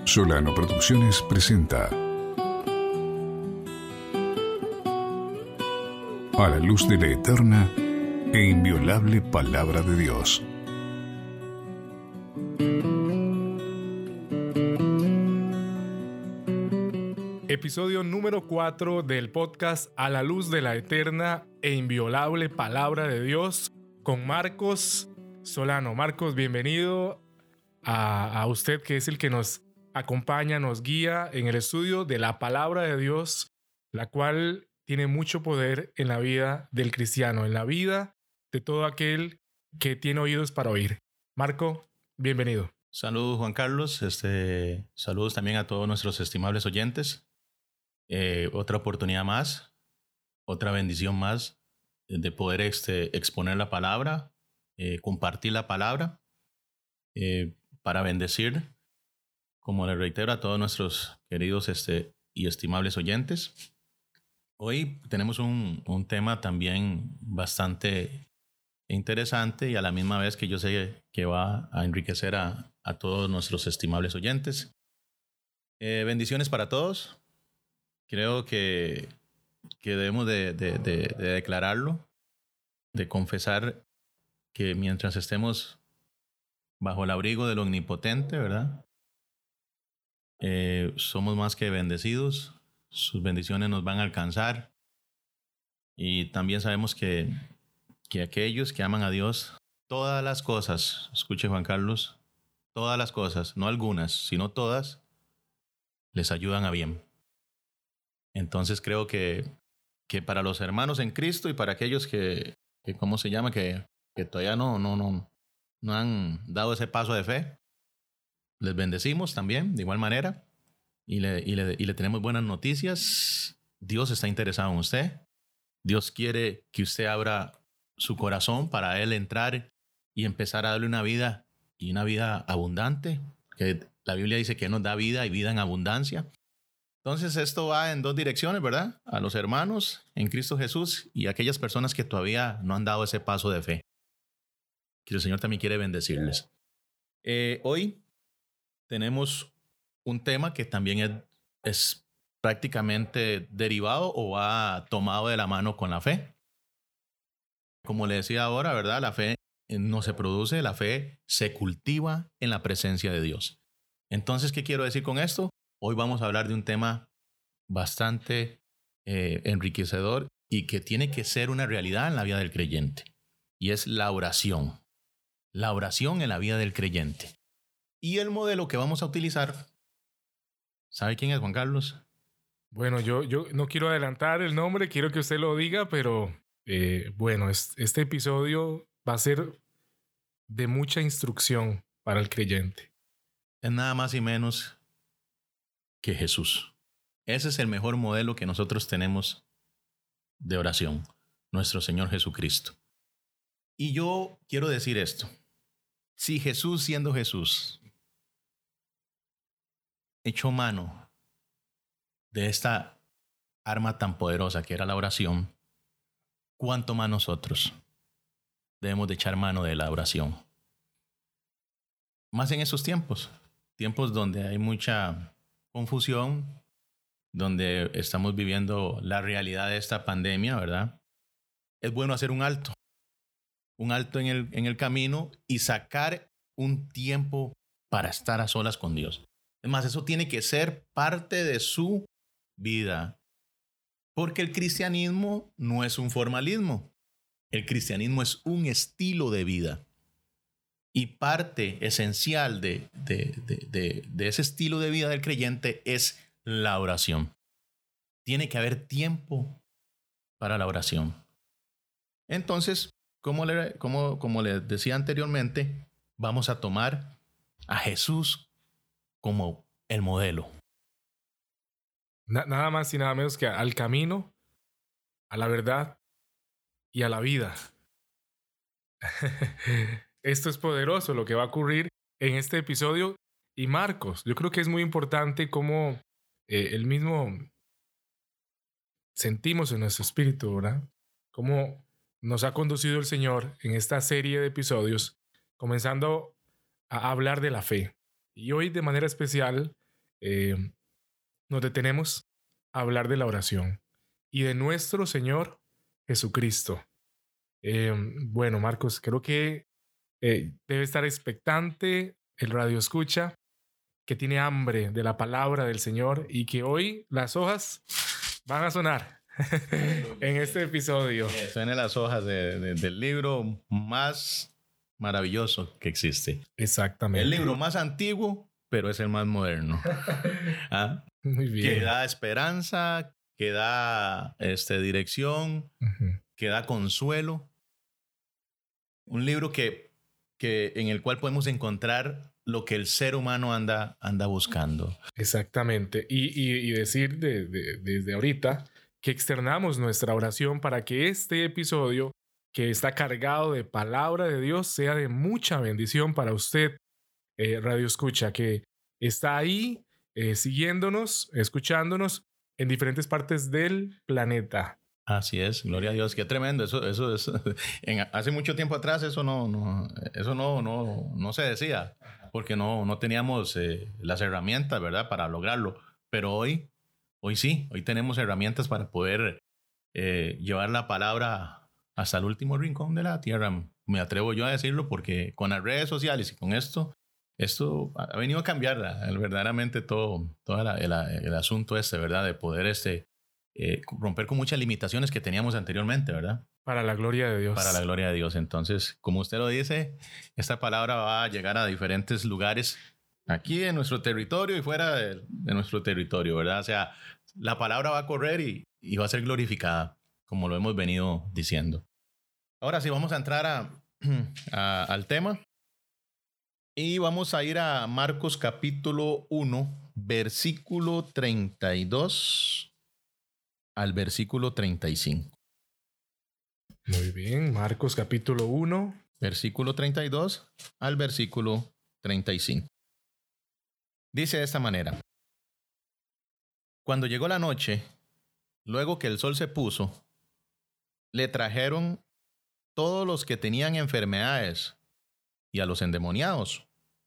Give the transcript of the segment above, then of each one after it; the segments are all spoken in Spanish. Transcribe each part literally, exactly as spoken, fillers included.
Solano Producciones presenta A la luz de la eterna e inviolable palabra de Dios. Episodio número cuatro del podcast A la luz de la eterna e inviolable palabra de Dios con Marcos Solano. Marcos, bienvenido a, a usted, que es el que nos acompaña, nos guía en el estudio de la palabra de Dios, la cual tiene mucho poder en la vida del cristiano, en la vida de todo aquel que tiene oídos para oír. Marco, bienvenido. Saludos, Juan Carlos. Este, saludos también a todos nuestros estimables oyentes. Eh, otra oportunidad más, otra bendición más de poder este, exponer la palabra, eh, compartir la palabra eh, para bendecir, como le reitero, a todos nuestros queridos este, y estimables oyentes. Hoy tenemos un, un tema también bastante interesante y a la misma vez que yo sé que va a enriquecer a, a todos nuestros estimables oyentes. Eh, bendiciones para todos. Creo que, que debemos de, de, de, de declararlo, de confesar que mientras estemos bajo el abrigo del Omnipotente, ¿verdad? Eh, somos más que bendecidos. Sus bendiciones nos van a alcanzar. Y también sabemos que, que aquellos que aman a Dios, todas las cosas, escuche Juan Carlos, todas las cosas, no algunas, sino todas, les ayudan a bien. Entonces creo que, que para los hermanos en Cristo y para aquellos que, que ¿cómo se llama? Que, que todavía no, no, no, no han dado ese paso de fe, les bendecimos también de igual manera y le, y le, y le tenemos buenas noticias. Dios está interesado en usted. Dios quiere que usted abra su corazón para Él entrar y empezar a darle una vida y una vida abundante. Que la Biblia dice que Él nos da vida y vida en abundancia. Entonces esto va en dos direcciones, ¿verdad? A los hermanos en Cristo Jesús y a aquellas personas que todavía no han dado ese paso de fe, que el Señor también quiere bendecirles. Eh, hoy tenemos un tema que también es, es prácticamente derivado o va tomado de la mano con la fe. Como le decía ahora, ¿verdad? La fe no se produce, la fe se cultiva en la presencia de Dios. Entonces, ¿qué quiero decir con esto? Hoy vamos a hablar de un tema bastante eh, enriquecedor y que tiene que ser una realidad en la vida del creyente. Y es la oración. La oración en la vida del creyente. Y el modelo que vamos a utilizar, ¿sabe quién es, Juan Carlos? Bueno, yo, yo no quiero adelantar el nombre, quiero que usted lo diga, pero eh, bueno, es, este episodio va a ser de mucha instrucción para el creyente. Es nada más y menos que Jesús. Ese es el mejor modelo que nosotros tenemos de oración, nuestro Señor Jesucristo. Y yo quiero decir esto. Si Jesús, siendo Jesús, echó mano de esta arma tan poderosa que era la oración, ¿cuánto más nosotros debemos de echar mano de la oración? Más en esos tiempos, tiempos donde hay mucha confusión, donde estamos viviendo la realidad de esta pandemia, ¿verdad? Es bueno hacer un alto, un alto en el, en el camino y sacar un tiempo para estar a solas con Dios. Es más, eso tiene que ser parte de su vida, porque el cristianismo no es un formalismo. El cristianismo es un estilo de vida. Y parte esencial de, de, de, de, de ese estilo de vida del creyente es la oración. Tiene que haber tiempo para la oración. Entonces, como le, como, como les decía anteriormente, vamos a tomar a Jesús como el modelo. Na- nada más y nada menos que al camino, a la verdad y a la vida. Esto es poderoso lo que va a ocurrir en este episodio. Y Marcos, yo creo que es muy importante cómo eh, el mismo sentimos en nuestro espíritu, ¿verdad? Cómo nos ha conducido el Señor en esta serie de episodios, comenzando a hablar de la fe. Y hoy, de manera especial, eh, nos detenemos a hablar de la oración y de nuestro Señor Jesucristo. Eh, bueno, Marcos, creo que eh, debe estar expectante el radio escucha, que tiene hambre de la palabra del Señor y que hoy las hojas van a sonar en este episodio. Que suenen las hojas de, de, del libro más maravilloso que existe. Exactamente. El libro más antiguo, pero es el más moderno. ¿Ah? Muy bien. Que da esperanza, que da este, dirección, uh-huh. que da consuelo. Un libro que, que, en el cual podemos encontrar lo que el ser humano anda, anda buscando. Exactamente. Y, y, y decir de, de, desde ahorita que externamos nuestra oración para que este episodio, que está cargado de palabra de Dios, sea de mucha bendición para usted, eh, Radio Escucha, que está ahí eh, siguiéndonos, escuchándonos en diferentes partes del planeta. Así es, gloria a Dios, qué tremendo. Eso, eso es. En, hace mucho tiempo atrás eso no, no, eso no, no, no se decía, porque no, no teníamos eh, las herramientas, ¿verdad?, para lograrlo. Pero hoy, hoy sí, hoy tenemos herramientas para poder eh, llevar la palabra hasta el último rincón de la tierra. Me atrevo yo a decirlo porque con las redes sociales y con esto, esto ha venido a cambiar verdaderamente todo, todo la, el, el asunto este, ¿verdad?, de poder este. Eh, romper con muchas limitaciones que teníamos anteriormente, ¿verdad? Para la gloria de Dios. Para la gloria de Dios. Entonces, como usted lo dice, esta palabra va a llegar a diferentes lugares aquí en nuestro territorio y fuera de, de nuestro territorio, ¿verdad? O sea, la palabra va a correr y, y va a ser glorificada, como lo hemos venido diciendo. Ahora sí, vamos a entrar a, a, al tema y vamos a ir a Marcos capítulo uno, versículo treinta y dos al versículo treinta y cinco. Muy bien, Marcos capítulo uno. Versículo treinta y dos al versículo treinta y cinco. Dice de esta manera: Cuando llegó la noche, luego que el sol se puso, le trajeron todos los que tenían enfermedades y a los endemoniados.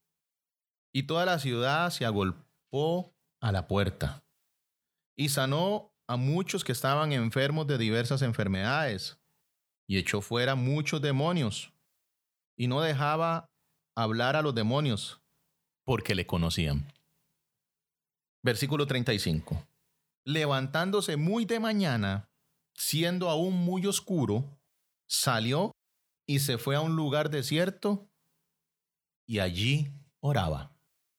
Y toda la ciudad se agolpó a la puerta y sanó a muchos que estaban enfermos de diversas enfermedades, y echó fuera muchos demonios, y no dejaba hablar a los demonios, porque le conocían. Versículo treinta y cinco. Levantándose muy de mañana, siendo aún muy oscuro, salió y se fue a un lugar desierto, y allí oraba.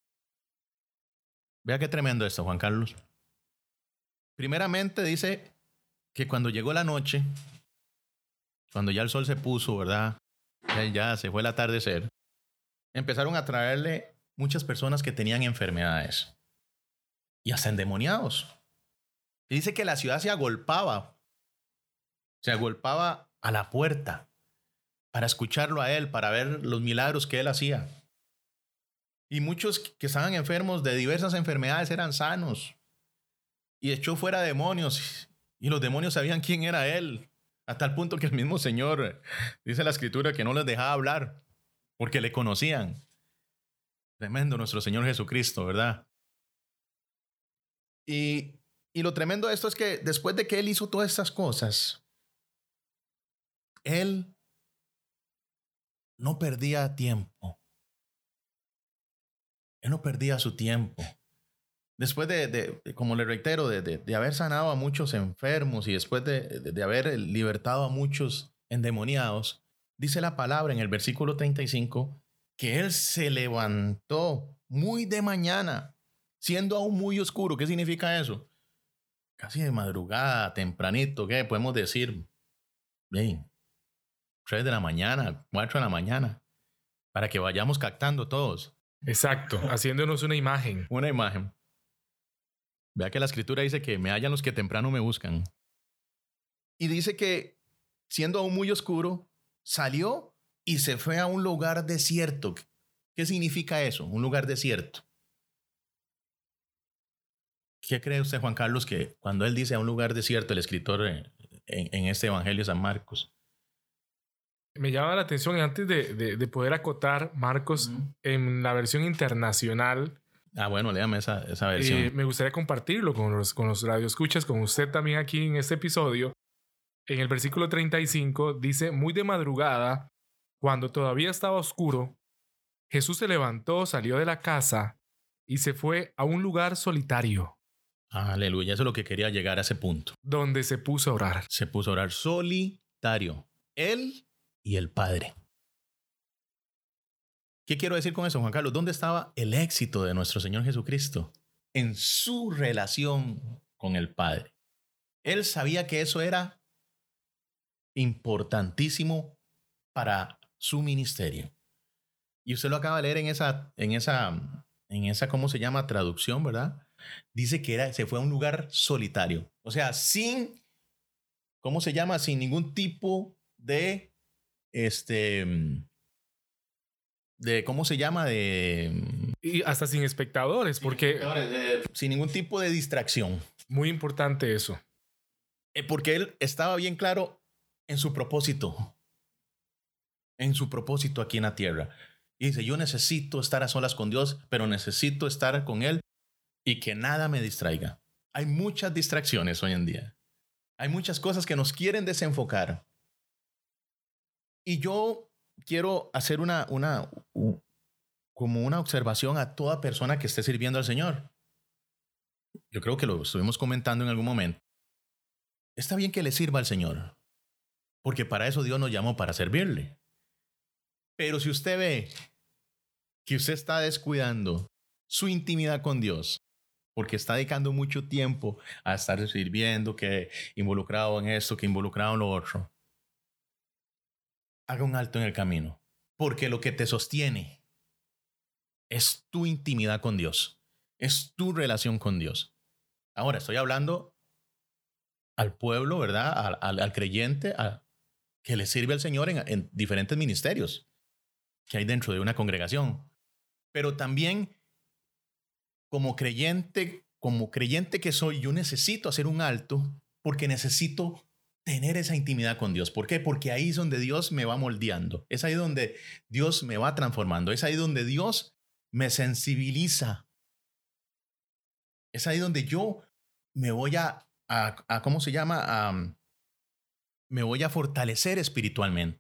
Vea qué tremendo esto, Juan Carlos. Primeramente dice que cuando llegó la noche, cuando ya el sol se puso, ¿verdad? Ya, ya se fue el atardecer, empezaron a traerle muchas personas que tenían enfermedades y hasta endemoniados. Y dice que la ciudad se agolpaba, se agolpaba a la puerta para escucharlo a él, para ver los milagros que él hacía. Y muchos que estaban enfermos de diversas enfermedades eran sanos. Y echó fuera demonios, y los demonios sabían quién era él, hasta el punto que el mismo Señor, dice la Escritura, que no les dejaba hablar, porque le conocían. Tremendo nuestro Señor Jesucristo, ¿verdad? Y, y lo tremendo de esto es que después de que él hizo todas estas cosas, él no perdía tiempo. Él no perdía su tiempo. Después de, de, como le reitero, de, de, de haber sanado a muchos enfermos y después de, de, de haber libertado a muchos endemoniados, dice la palabra en el versículo treinta y cinco que él se levantó muy de mañana, siendo aún muy oscuro. ¿Qué significa eso? Casi de madrugada, tempranito, ¿qué podemos decir? Bien, tres de la mañana, cuatro de la mañana, para que vayamos captando todos. Exacto, haciéndonos una imagen. Una imagen. Vea que la Escritura dice que me hallan los que temprano me buscan. Y dice que, siendo aún muy oscuro, salió y se fue a un lugar desierto. ¿Qué significa eso? Un lugar desierto. ¿Qué cree usted, Juan Carlos, que cuando él dice a un lugar desierto, el escritor en, en este Evangelio de San Marcos? Me llama la atención, antes de, de, de poder acotar, Marcos, uh-huh. en la versión internacional, Ah, bueno, léame esa, esa versión. Eh, me gustaría compartirlo con los, con los radioescuchas, con usted también aquí en este episodio. En el versículo treinta y cinco dice: muy de madrugada, cuando todavía estaba oscuro, Jesús se levantó, salió de la casa y se fue a un lugar solitario. Aleluya, eso es lo que quería llegar a ese punto. Donde se puso a orar. Se puso a orar solitario, él y el Padre. ¿Qué quiero decir con eso, Juan Carlos? ¿Dónde estaba el éxito de nuestro Señor Jesucristo? En su relación con el Padre. Él sabía que eso era importantísimo para su ministerio. Y usted lo acaba de leer en esa, en esa, en esa, ¿cómo se llama? Traducción, ¿verdad? Dice que era, se fue a un lugar solitario. O sea, sin, ¿cómo se llama? Sin ningún tipo de, este, de, ¿cómo se llama? De... Y hasta sin espectadores, porque... Eh, sin ningún tipo de distracción. Muy importante eso. Eh, porque él estaba bien claro en su propósito. En su propósito aquí en la tierra. Y dice, yo necesito estar a solas con Dios, pero necesito estar con Él y que nada me distraiga. Hay muchas distracciones hoy en día. Hay muchas cosas que nos quieren desenfocar. Y yo quiero hacer una, una, como una observación a toda persona que esté sirviendo al Señor. Yo creo que lo estuvimos comentando en algún momento. Está bien que le sirva al Señor, porque para eso Dios nos llamó, para servirle. Pero si usted ve que usted está descuidando su intimidad con Dios, porque está dedicando mucho tiempo a estar sirviendo, que involucrado en esto, que involucrado en lo otro, haga un alto en el camino, porque lo que te sostiene es tu intimidad con Dios, es tu relación con Dios. Ahora estoy hablando al pueblo, ¿verdad? Al, al, al creyente, a, que le sirve al Señor en, en diferentes ministerios que hay dentro de una congregación. Pero también como creyente, como creyente que soy, yo necesito hacer un alto porque necesito tener esa intimidad con Dios. ¿Por qué? Porque ahí es donde Dios me va moldeando. Es ahí donde Dios me va transformando. Es ahí donde Dios me sensibiliza. Es ahí donde yo me voy a, a, a ¿cómo se llama? A, me voy a fortalecer espiritualmente.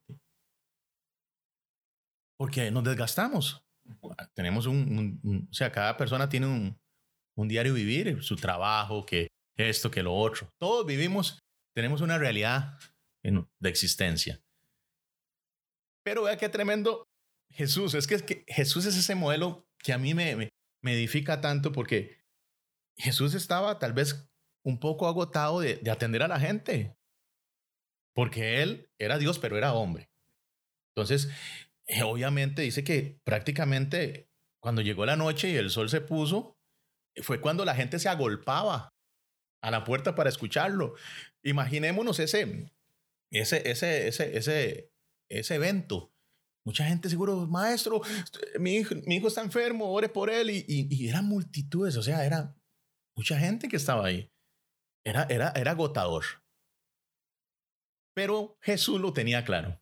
Porque nos desgastamos. Tenemos un, un, un, o sea, cada persona tiene un, un diario vivir, su trabajo, que esto, que lo otro. Todos vivimos, tenemos una realidad en, de existencia. Pero vea qué tremendo Jesús. Es que, es que Jesús es ese modelo que a mí me, me, me edifica tanto, porque Jesús estaba tal vez un poco agotado de, de atender a la gente. Porque él era Dios, pero era hombre. Entonces, obviamente dice que prácticamente cuando llegó la noche y el sol se puso, fue cuando la gente se agolpaba a la puerta para escucharlo. Imaginémonos ese, ese, ese, ese, ese, ese evento. Mucha gente seguro, maestro, mi hijo, mi hijo está enfermo, ore por él. Y, y, y eran multitudes, o sea, era mucha gente que estaba ahí. Era, era, era agotador. Pero Jesús lo tenía claro.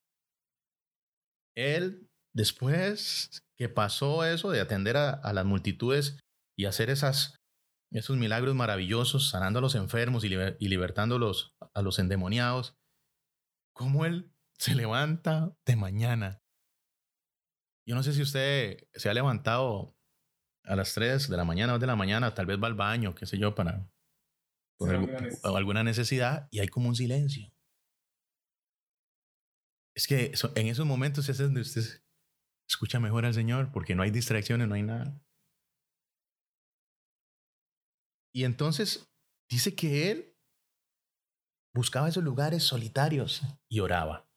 Él, después que pasó eso de atender a, a las multitudes y hacer esas, esos milagros maravillosos, sanando a los enfermos y, liber, y libertándolos a los endemoniados, cómo él se levanta de mañana. Yo no sé si usted se ha levantado a las tres de la mañana o de la mañana, tal vez va al baño, qué sé yo, para por alguna, necesidad. alguna necesidad, y hay como un silencio. Es que en esos momentos es donde usted escucha mejor al Señor, porque no hay distracciones, no hay nada. Y entonces dice que él buscaba esos lugares solitarios y oraba.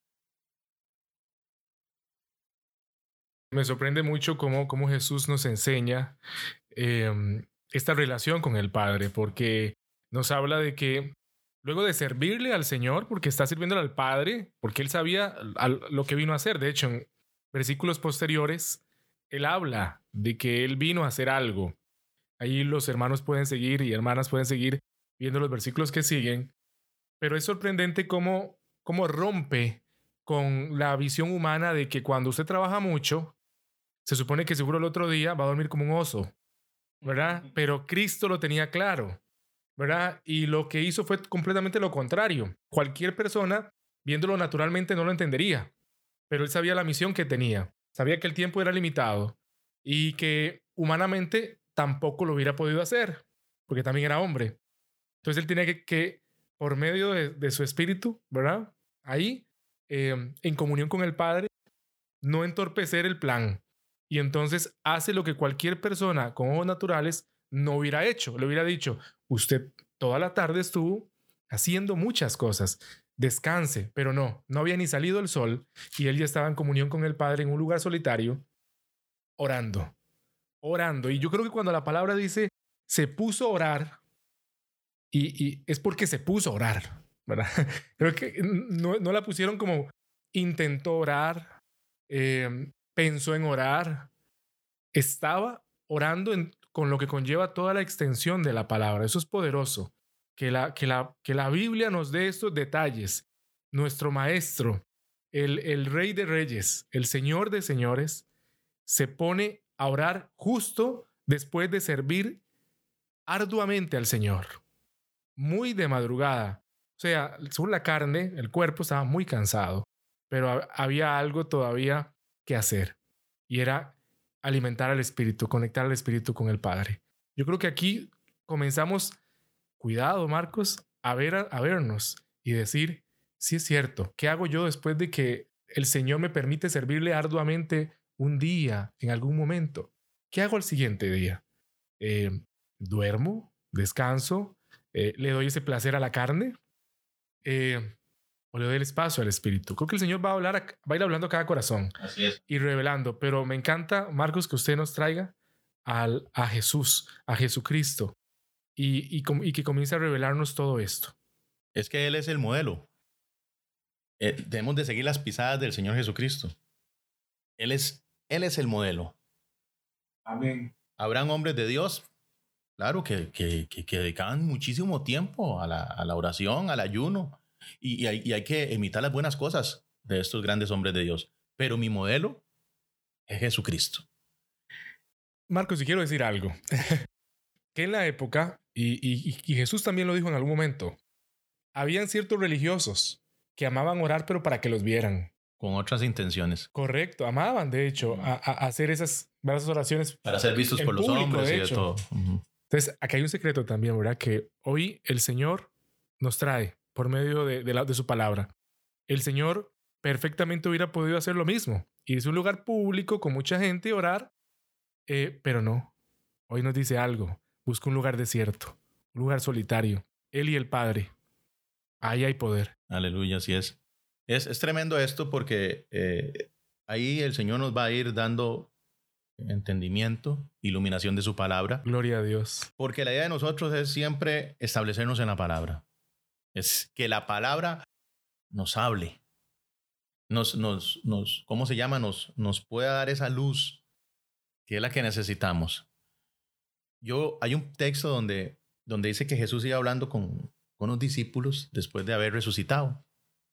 Me sorprende mucho cómo, cómo Jesús nos enseña eh, esta relación con el Padre, porque nos habla de que luego de servirle al Señor, porque está sirviéndole al Padre, porque él sabía lo que vino a hacer. De hecho, en versículos posteriores, él habla de que él vino a hacer algo. Ahí los hermanos pueden seguir y hermanas pueden seguir viendo los versículos que siguen. Pero es sorprendente cómo, cómo rompe con la visión humana de que cuando usted trabaja mucho, se supone que seguro el otro día va a dormir como un oso, ¿verdad? Pero Cristo lo tenía claro, ¿verdad? Y lo que hizo fue completamente lo contrario. Cualquier persona, viéndolo naturalmente, no lo entendería, pero él sabía la misión que tenía, sabía que el tiempo era limitado y que humanamente tampoco lo hubiera podido hacer, porque también era hombre. Entonces él tenía que, que por medio de, de su espíritu, ¿verdad? Ahí, eh, en comunión con el Padre, no entorpecer el plan. Y entonces hace lo que cualquier persona con ojos naturales no hubiera hecho. Le hubiera dicho, usted toda la tarde estuvo haciendo muchas cosas, descanse, pero no, no había ni salido el sol y él ya estaba en comunión con el Padre en un lugar solitario, orando, orando. Y yo creo que cuando la palabra dice, se puso a orar, y, y es porque se puso a orar, ¿verdad? Creo que no, no la pusieron como intentó orar, eh, pensó en orar, estaba orando en, con lo que conlleva toda la extensión de la palabra. Eso es poderoso, que la, que la, que la Biblia nos dé estos detalles. Nuestro maestro, el, el rey de reyes, el señor de señores, se pone a orar justo después de servir arduamente al Señor, muy de madrugada. O sea, según la carne, el cuerpo estaba muy cansado, pero había algo todavía que hacer y era alimentar al espíritu, conectar al espíritu con el Padre. Yo creo que aquí comenzamos, cuidado Marcos, a, ver, a vernos y decir, sí es cierto, ¿qué hago yo después de que el Señor me permite servirle arduamente un día, en algún momento? ¿Qué hago al siguiente día? Eh, ¿Duermo? ¿Descanso? Eh, ¿Le doy ese placer a la carne? Eh, ¿O le doy el espacio al espíritu? Creo que el Señor va a, hablar a, va a ir hablando a cada corazón. Así es. Y revelando. Pero me encanta, Marcos, que usted nos traiga al, a Jesús, a Jesucristo, y, y, y que comience a revelarnos todo esto. Es que Él es el modelo. Eh, debemos de seguir las pisadas del Señor Jesucristo. Él es, Él es el modelo. Amén. Habrán hombres de Dios, claro, que, que, que, que dedicaban muchísimo tiempo a la, a la oración, al ayuno. Y, y, hay, y hay que imitar las buenas cosas de estos grandes hombres de Dios. Pero mi modelo es Jesucristo. Marcos, si quiero decir algo. Que en la época, y, y, y Jesús también lo dijo en algún momento, habían ciertos religiosos que amaban orar, pero para que los vieran. Con otras intenciones. Correcto, amaban, de hecho, a, a hacer esas, esas oraciones. Para ser vistos por los público, hombres de y de hecho. todo. Uh-huh. Entonces, aquí hay un secreto también, ¿verdad? Que hoy el Señor nos trae por medio de, de, la, de su palabra. El Señor perfectamente hubiera podido hacer lo mismo. Irse a un lugar público con mucha gente y orar, eh, pero no. Hoy nos dice algo. Busca un lugar desierto, un lugar solitario. Él y el Padre. Ahí hay poder. Aleluya, así es. Es, es tremendo esto porque eh, ahí el Señor nos va a ir dando entendimiento, iluminación de su palabra. Gloria a Dios. Porque la idea de nosotros es siempre establecernos en la palabra. Es que la palabra nos hable. Nos, nos, nos, ¿cómo se llama? Nos, nos pueda dar esa luz que es la que necesitamos. Yo, hay un texto donde, donde dice que Jesús iba hablando con, con los discípulos después de haber resucitado.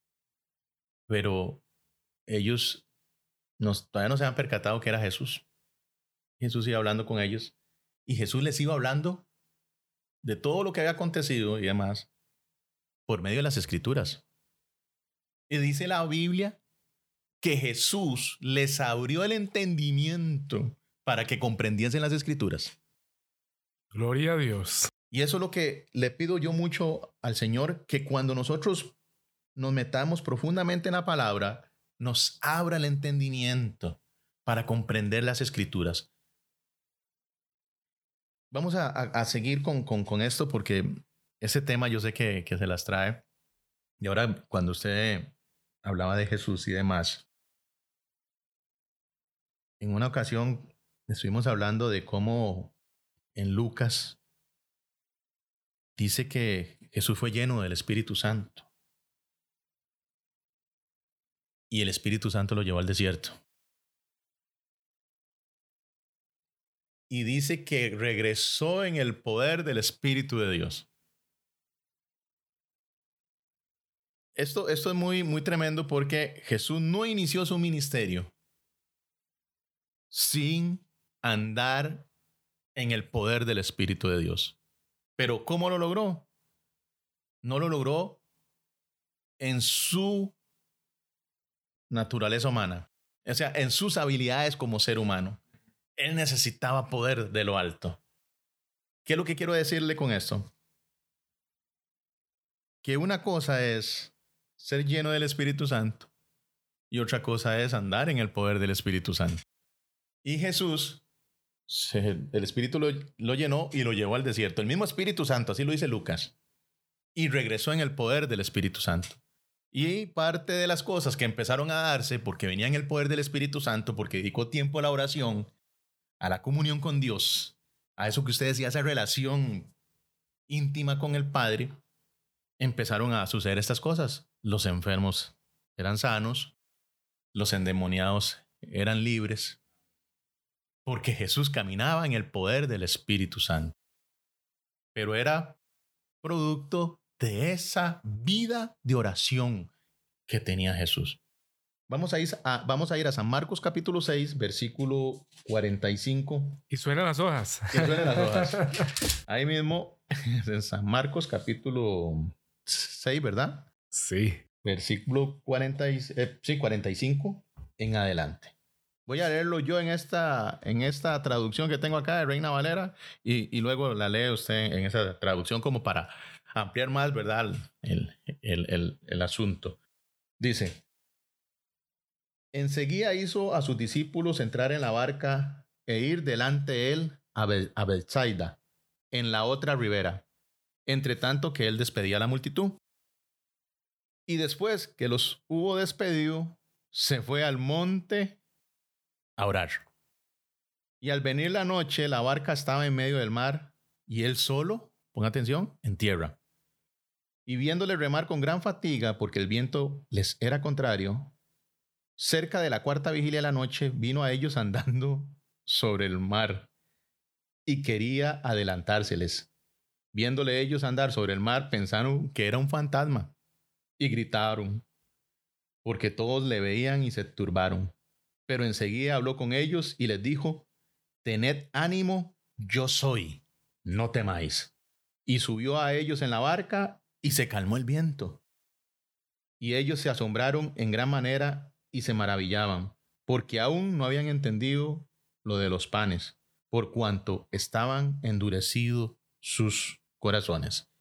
Pero ellos nos, todavía no se han percatado que era Jesús. Jesús iba hablando con ellos y Jesús les iba hablando de todo lo que había acontecido y demás por medio de las Escrituras. Y dice la Biblia que Jesús les abrió el entendimiento para que comprendiesen las Escrituras. Gloria a Dios. Y eso es lo que le pido yo mucho al Señor, que cuando nosotros nos metamos profundamente en la palabra, nos abra el entendimiento para comprender las Escrituras. Vamos a, a, a seguir con, con, con esto porque ese tema yo sé que, que se las trae. Y ahora cuando usted hablaba de Jesús y demás, en una ocasión estuvimos hablando de cómo en Lucas dice que Jesús fue lleno del Espíritu Santo. Y el Espíritu Santo lo llevó al desierto. Y dice que regresó en el poder del Espíritu de Dios. Esto, esto es muy, muy tremendo porque Jesús no inició su ministerio sin andar en el poder del Espíritu de Dios. Pero ¿cómo lo logró? No lo logró en su naturaleza humana, o sea, en sus habilidades como ser humano. Él necesitaba poder de lo alto. ¿Qué es lo que quiero decirle con esto? Que una cosa es ser lleno del Espíritu Santo y otra cosa es andar en el poder del Espíritu Santo. Y Jesús, se, el Espíritu lo, lo llenó y lo llevó al desierto. El mismo Espíritu Santo, así lo dice Lucas. Y regresó en el poder del Espíritu Santo. Y parte de las cosas que empezaron a darse porque venía en el poder del Espíritu Santo, porque dedicó tiempo a la oración, a la comunión con Dios, a eso que usted decía, esa relación íntima con el Padre, empezaron a suceder estas cosas. Los enfermos eran sanos, los endemoniados eran libres, porque Jesús caminaba en el poder del Espíritu Santo. Pero era producto de esa vida de oración que tenía Jesús. Vamos a ir a, vamos a, ir a San Marcos capítulo seis, versículo cuarenta y cinco. Y suenan las hojas. Y suenan las hojas. Ahí mismo, en San Marcos capítulo seis, ¿verdad? Sí. Versículo cuarenta y, eh, sí, cuarenta y cinco en adelante. Voy a leerlo yo en esta, en esta traducción que tengo acá de Reina Valera y, y luego la lee usted en esa traducción como para ampliar más, ¿verdad? El, el, el, el asunto. Dice: enseguida hizo a sus discípulos entrar en la barca e ir delante de él a, Bel, a Betsaida, en la otra ribera, entre tanto que él despedía a la multitud. Y después que los hubo despedido, se fue al monte a orar. Y al venir la noche, la barca estaba en medio del mar y él solo, pon atención, en tierra. Y viéndole remar con gran fatiga, porque el viento les era contrario, cerca de la cuarta vigilia de la noche, vino a ellos andando sobre el mar y quería adelantárseles. Viéndole ellos andar sobre el mar, pensaron que era un fantasma y gritaron, porque todos le veían y se turbaron. Pero enseguida habló con ellos y les dijo: tened ánimo, yo soy, no temáis. Y subió a ellos en la barca y se calmó el viento. Y ellos se asombraron en gran manera y se maravillaban, porque aún no habían entendido lo de los panes, por cuanto estaban endurecidos sus corazones.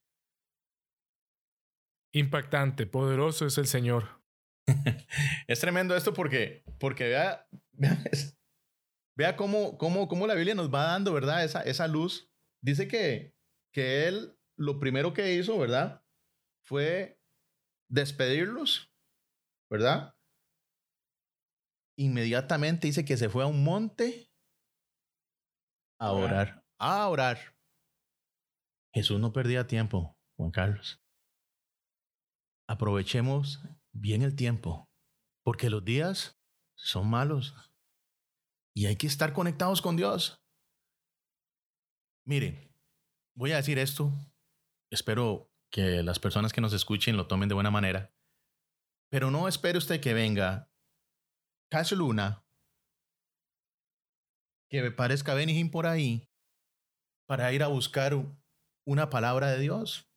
Impactante, poderoso es el Señor. Es tremendo esto porque, porque vea, vea, vea cómo, cómo, cómo la Biblia nos va dando, ¿verdad? Esa, esa luz. Dice que, que él lo primero que hizo, ¿verdad? Fue despedirlos, ¿verdad? Inmediatamente dice que se fue a un monte a orar. A orar. Jesús no perdía tiempo, Juan Carlos. Aprovechemos bien el tiempo, porque los días son malos y hay que estar conectados con Dios. Mire, voy a decir esto. Espero que las personas que nos escuchen lo tomen de buena manera, pero no espere usted que venga Cash Luna, que me parezca Benigín por ahí, para ir a buscar una palabra de Dios.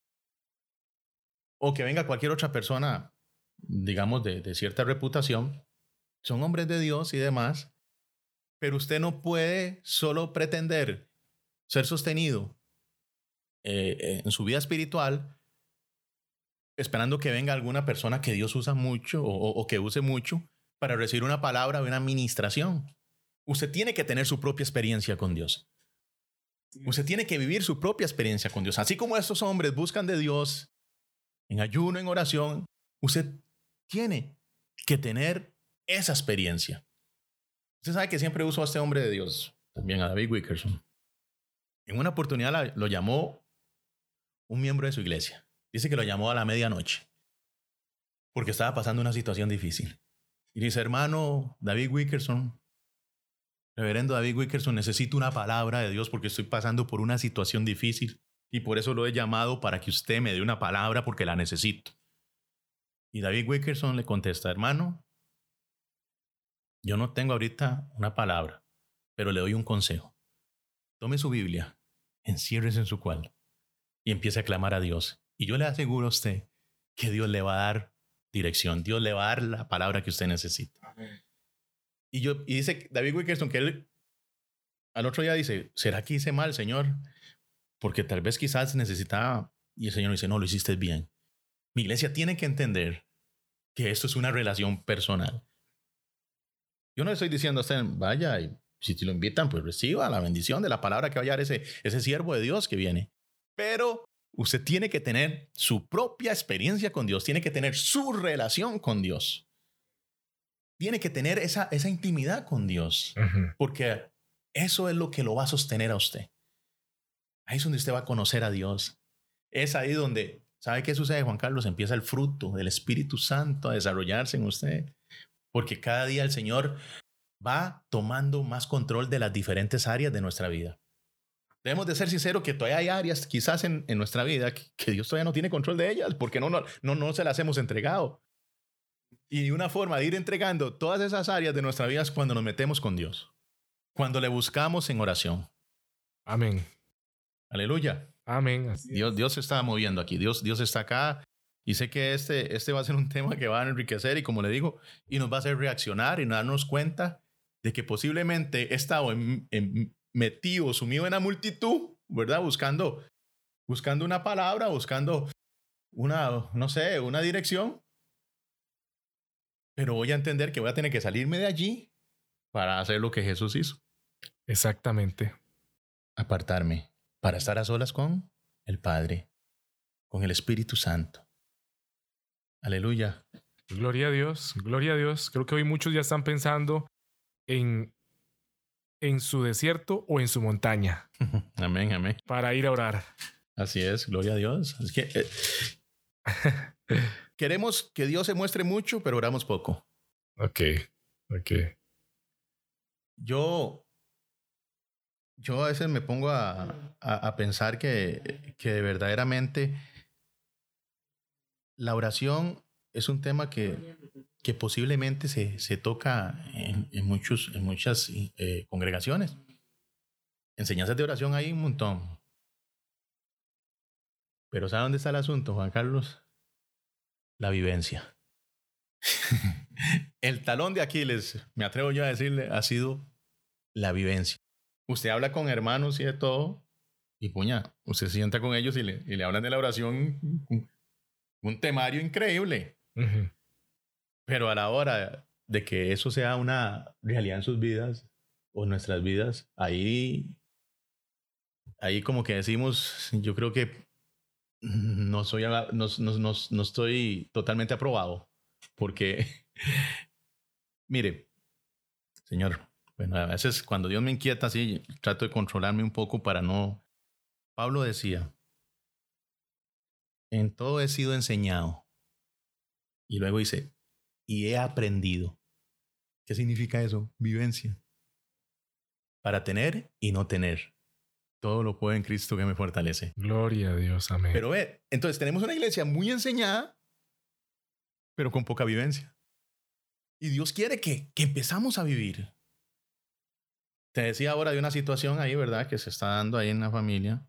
O que venga cualquier otra persona, digamos, de, de cierta reputación. Son hombres de Dios y demás. Pero usted no puede solo pretender ser sostenido eh, en su vida espiritual esperando que venga alguna persona que Dios usa mucho o, o, o que use mucho para recibir una palabra o una administración. Usted tiene que tener su propia experiencia con Dios. Usted tiene que vivir su propia experiencia con Dios. Así como estos hombres buscan de Dios en ayuno, en oración, usted tiene que tener esa experiencia. Usted sabe que siempre uso a este hombre de Dios, también a David Wickerson. En una oportunidad lo llamó un miembro de su iglesia. Dice que lo llamó a la medianoche porque estaba pasando una situación difícil. Y dice: hermano David Wickerson, reverendo David Wickerson, necesito una palabra de Dios porque estoy pasando por una situación difícil y por eso lo he llamado para que usted me dé una palabra porque la necesito. Y David Wickerson le contesta: hermano, yo no tengo ahorita una palabra, pero le doy un consejo. Tome su Biblia, enciérrese en su cuarto y empiece a clamar a Dios. Y yo le aseguro a usted que Dios le va a dar dirección. Dios le va a dar la palabra que usted necesita. Amén. Y, yo, y dice David Wilkerson que él al otro día dice, ¿será que hice mal, Señor? Porque tal vez quizás necesitaba. Y el Señor dice, no, lo hiciste bien. Mi iglesia tiene que entender que esto es una relación personal. Yo no le estoy diciendo a usted, vaya, y si te lo invitan, pues reciba la bendición de la palabra que vaya a dar ese, ese siervo de Dios que viene. Pero usted tiene que tener su propia experiencia con Dios, tiene que tener su relación con Dios. Tiene que tener esa, esa intimidad con Dios, uh-huh. porque eso es lo que lo va a sostener a usted. Ahí es donde usted va a conocer a Dios. Es ahí donde, ¿sabe qué sucede, Juan Carlos? Empieza el fruto del Espíritu Santo a desarrollarse en usted. Porque cada día el Señor va tomando más control de las diferentes áreas de nuestra vida. Debemos de ser sinceros que todavía hay áreas quizás en, en nuestra vida que, que Dios todavía no tiene control de ellas porque no, no, no, no se las hemos entregado. Y una forma de ir entregando todas esas áreas de nuestra vida es cuando nos metemos con Dios. Cuando le buscamos en oración. Amén. Aleluya. Amén. Así Dios, es. Dios se está moviendo aquí. Dios, Dios está acá. Y sé que este, este va a ser un tema que va a enriquecer y como le digo, y nos va a hacer reaccionar y darnos cuenta de que posiblemente he estado en, en, metido, sumido en la multitud, ¿verdad? Buscando, buscando una palabra, buscando una, no sé, una dirección. Pero voy a entender que voy a tener que salirme de allí para hacer lo que Jesús hizo. Exactamente. Apartarme para estar a solas con el Padre, con el Espíritu Santo. Aleluya. Gloria a Dios, gloria a Dios. Creo que hoy muchos ya están pensando en, en su desierto o en su montaña. Amén, amén. Para ir a orar. Así es, gloria a Dios. Es que eh, queremos que Dios se muestre mucho, pero oramos poco. Ok, ok. Yo, yo a veces me pongo a, a, a pensar que, que verdaderamente la oración es un tema que, que posiblemente se, se toca en, en, muchos, en muchas eh, congregaciones. Enseñanzas de oración hay un montón. Pero ¿sabe dónde está el asunto, Juan Carlos? La vivencia. El talón de Aquiles, me atrevo yo a decirle, ha sido la vivencia. Usted habla con hermanos y de todo, y puña, usted se sienta con ellos y le, y le hablan de la oración, un, un temario increíble. Uh-huh. Pero a la hora de que eso sea una realidad en sus vidas o en nuestras vidas, ahí, ahí como que decimos, yo creo que no, soy, no, no, no, no estoy totalmente aprobado. Porque, mire, Señor, bueno, a veces cuando Dios me inquieta así, trato de controlarme un poco para no... Pablo decía, en todo he sido enseñado. Y luego dice, y he aprendido. ¿Qué significa eso? Vivencia. Para tener y no tener. Todo lo puedo en Cristo que me fortalece. Gloria a Dios, amén. Pero ve, entonces tenemos una iglesia muy enseñada, pero con poca vivencia. Y Dios quiere que, que empezamos a vivir. Te decía ahora de una situación ahí, ¿verdad? Que se está dando ahí en la familia.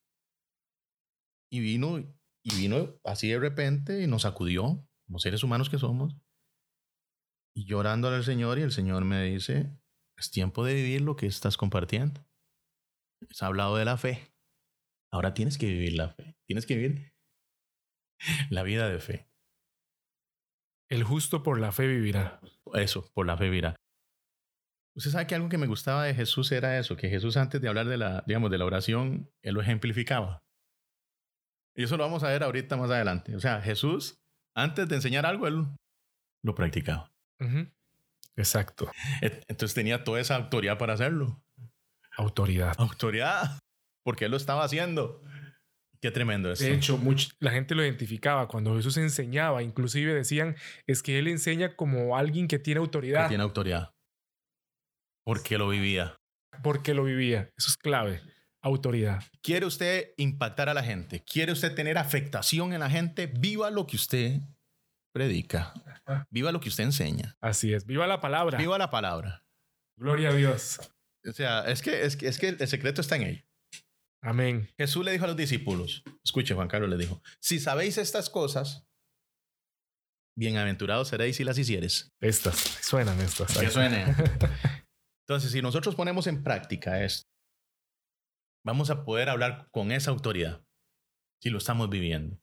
Y vino, y vino así de repente y nos sacudió, como seres humanos que somos. Y llorando al Señor, y el Señor me dice, es tiempo de vivir lo que estás compartiendo. Se ha hablado de la fe. Ahora tienes que vivir la fe. Tienes que vivir la vida de fe. El justo por la fe vivirá. Eso, por la fe vivirá. Usted sabe que algo que me gustaba de Jesús era eso, que Jesús antes de hablar de la, digamos, de la oración, él lo ejemplificaba. Y eso lo vamos a ver ahorita más adelante. O sea, Jesús, antes de enseñar algo, él lo practicaba. Uh-huh. Exacto. Entonces tenía toda esa autoridad para hacerlo. Autoridad. Autoridad, porque él lo estaba haciendo. Qué tremendo esto. De hecho, much, la gente lo identificaba cuando Jesús enseñaba. Inclusive decían, es que él enseña como alguien que tiene autoridad. Que tiene autoridad. Porque lo vivía. Porque lo vivía. Eso es clave. Autoridad. ¿Quiere usted impactar a la gente? ¿Quiere usted tener afectación en la gente? Viva lo que usted predica. Viva lo que usted enseña. Así es. Viva la palabra. Viva la palabra. Gloria a Dios. O sea, es que, es que, es que el secreto está en ello. Amén. Jesús le dijo a los discípulos, escuche, Juan Carlos le dijo, si sabéis estas cosas, bienaventurados seréis si las hicieres. Estas, suenan estas. Que suenen. Entonces, si nosotros ponemos en práctica esto, vamos a poder hablar con esa autoridad, si lo estamos viviendo.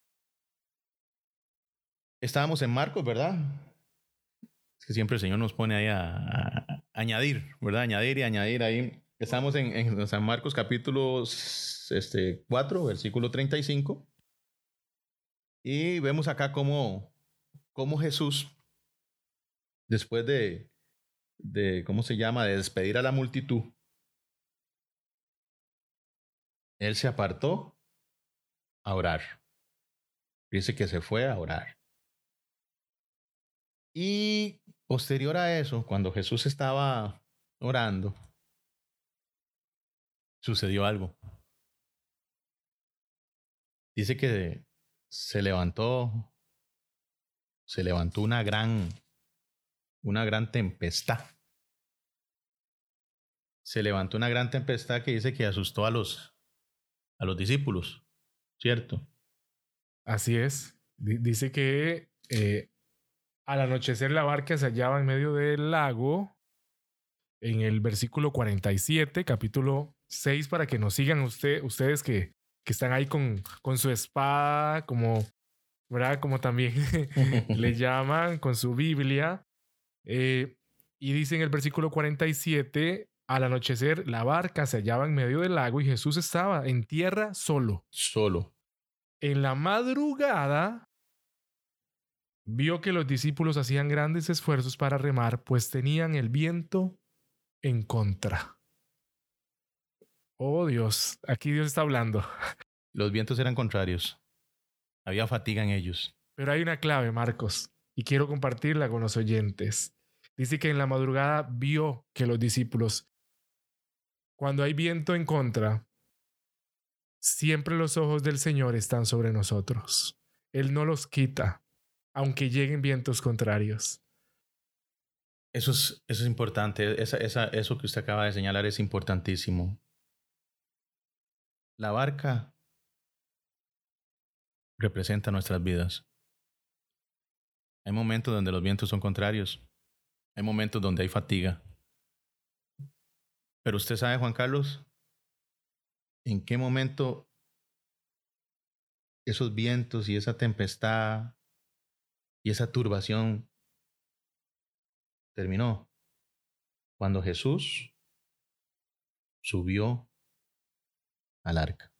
Estábamos en Marcos, ¿verdad? Es que siempre el Señor nos pone ahí a, a, a añadir, ¿verdad? Añadir y añadir ahí. Estamos en, en San Marcos capítulo este, cuatro, versículo treinta y cinco. Y vemos acá cómo, cómo Jesús, después de, de, ¿cómo se llama? De despedir a la multitud, Él se apartó a orar. Dice que se fue a orar. Y posterior a eso, cuando Jesús estaba orando, sucedió algo. Dice que se levantó, se levantó una gran, una gran tempestad. Se levantó una gran tempestad que dice que asustó a los, a los discípulos, ¿cierto? Así es. D- dice que eh, al anochecer la barca se hallaba en medio del lago, en el versículo cuarenta y siete, capítulo seis, para que nos sigan usted, ustedes que, que están ahí con, con su espada, como, ¿verdad? Como también le llaman, con su Biblia. Eh, y dice en el versículo cuarenta y siete, al anochecer la barca se hallaba en medio del lago y Jesús estaba en tierra solo. Solo. En la madrugada vio que los discípulos hacían grandes esfuerzos para remar, pues tenían el viento en contra. Oh Dios, aquí Dios está hablando. Los vientos eran contrarios. Había fatiga en ellos. Pero hay una clave, Marcos, y quiero compartirla con los oyentes. Dice que en la madrugada vio que los discípulos, cuando hay viento en contra, siempre los ojos del Señor están sobre nosotros. Él no los quita, aunque lleguen vientos contrarios. Eso es, eso es importante. Esa, esa, eso que usted acaba de señalar es importantísimo. La barca representa nuestras vidas. Hay momentos donde los vientos son contrarios. Hay momentos donde hay fatiga. Pero usted sabe, Juan Carlos, en qué momento esos vientos y esa tempestad y esa turbación terminó. Cuando Jesús subió al arca.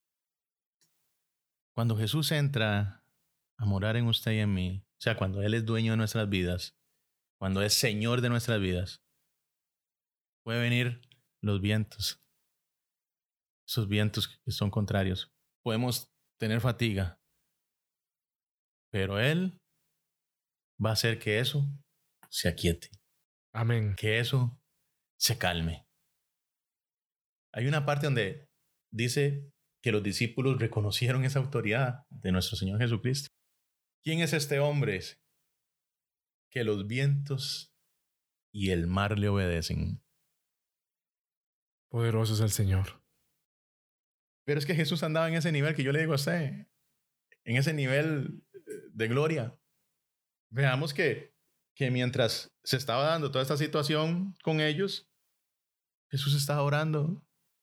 Cuando Jesús entra a morar en usted y en mí, o sea, cuando Él es dueño de nuestras vidas, cuando es Señor de nuestras vidas, puede venir los vientos, esos vientos que son contrarios. Podemos tener fatiga, pero Él va a hacer que eso se aquiete. Amén. Que eso se calme. Hay una parte donde dice que los discípulos reconocieron esa autoridad de nuestro Señor Jesucristo. ¿Quién es este hombre que los vientos y el mar le obedecen? Poderoso es el Señor. Pero es que Jesús andaba en ese nivel que yo le digo a usted, en ese nivel de gloria. Veamos que, que mientras se estaba dando toda esta situación con ellos, Jesús estaba orando.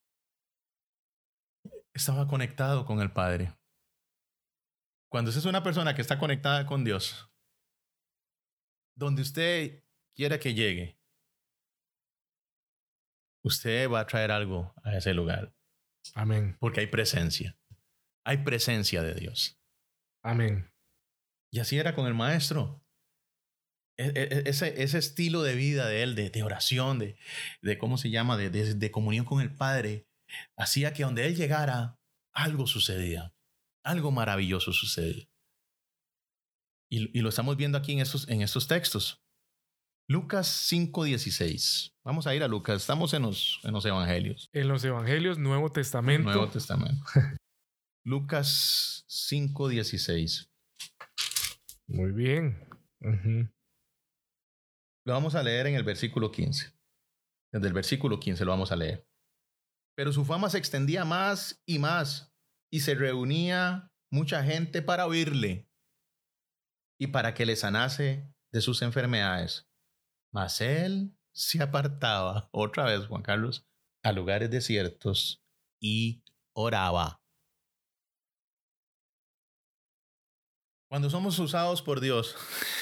Estaba conectado con el Padre. Cuando usted es una persona que está conectada con Dios, donde usted quiera que llegue, usted va a traer algo a ese lugar. Amén. Porque hay presencia. Hay presencia de Dios. Amén. Y así era con el maestro. E- e- ese, ese estilo de vida de él, de, de oración, de, de cómo se llama, de, de, de comunión con el Padre, hacía que donde él llegara, algo sucedía. Algo maravilloso sucedía. Y, y lo estamos viendo aquí en estos, en estos textos. Lucas cinco dieciséis. Vamos a ir a Lucas. Estamos en los, en los evangelios. En los evangelios, Nuevo Testamento. Nuevo Testamento. Lucas cinco dieciséis. Muy bien. Uh-huh. Lo vamos a leer en el versículo quince. Desde el versículo quince lo vamos a leer. Pero su fama se extendía más y más, y se reunía mucha gente para oírle y para que le sanase de sus enfermedades. Mas él se apartaba, otra vez, Juan Carlos, a lugares desiertos y oraba. Cuando somos usados por Dios,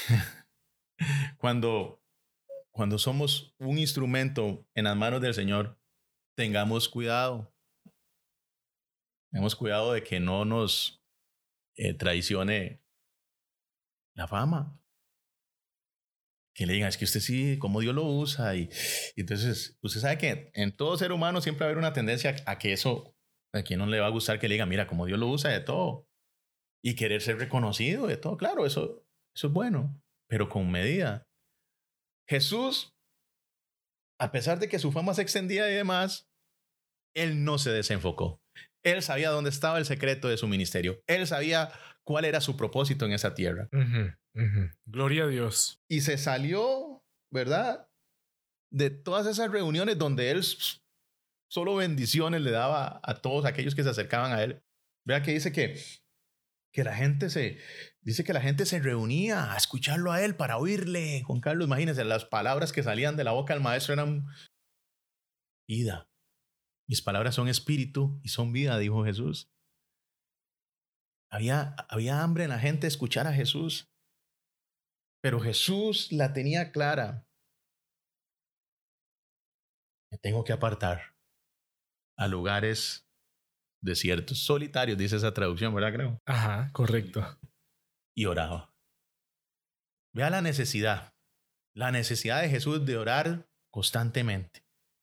cuando, cuando somos un instrumento en las manos del Señor, tengamos cuidado. Tengamos cuidado de que no nos eh, traicione la fama. Que le digan, es que usted sí, como Dios lo usa. Y, y entonces, usted sabe que en todo ser humano siempre va a haber una tendencia a, a que eso, a quien no le va a gustar que le digan, mira, como Dios lo usa de todo. Y querer ser reconocido de todo. Claro, eso, eso es bueno, pero con medida. Jesús, a pesar de que su fama se extendía y demás, él no se desenfocó. Él sabía dónde estaba el secreto de su ministerio. Él sabía cuál era su propósito en esa tierra. Uh-huh, uh-huh. Gloria a Dios. Y se salió, ¿verdad?, de todas esas reuniones donde él solo bendiciones le daba a todos aquellos que se acercaban a él. Vea que dice que, que la gente se... Dice que la gente se reunía a escucharlo a él para oírle. Juan Carlos, imagínense, las palabras que salían de la boca del maestro eran vida. Mis palabras son espíritu y son vida, dijo Jesús. Había, había hambre en la gente de escuchar a Jesús. Pero Jesús la tenía clara. Me tengo que apartar a lugares desiertos, solitarios, dice esa traducción, ¿verdad? Creo. Ajá, correcto. Y oraba. Vea la necesidad. La necesidad de Jesús de orar constantemente.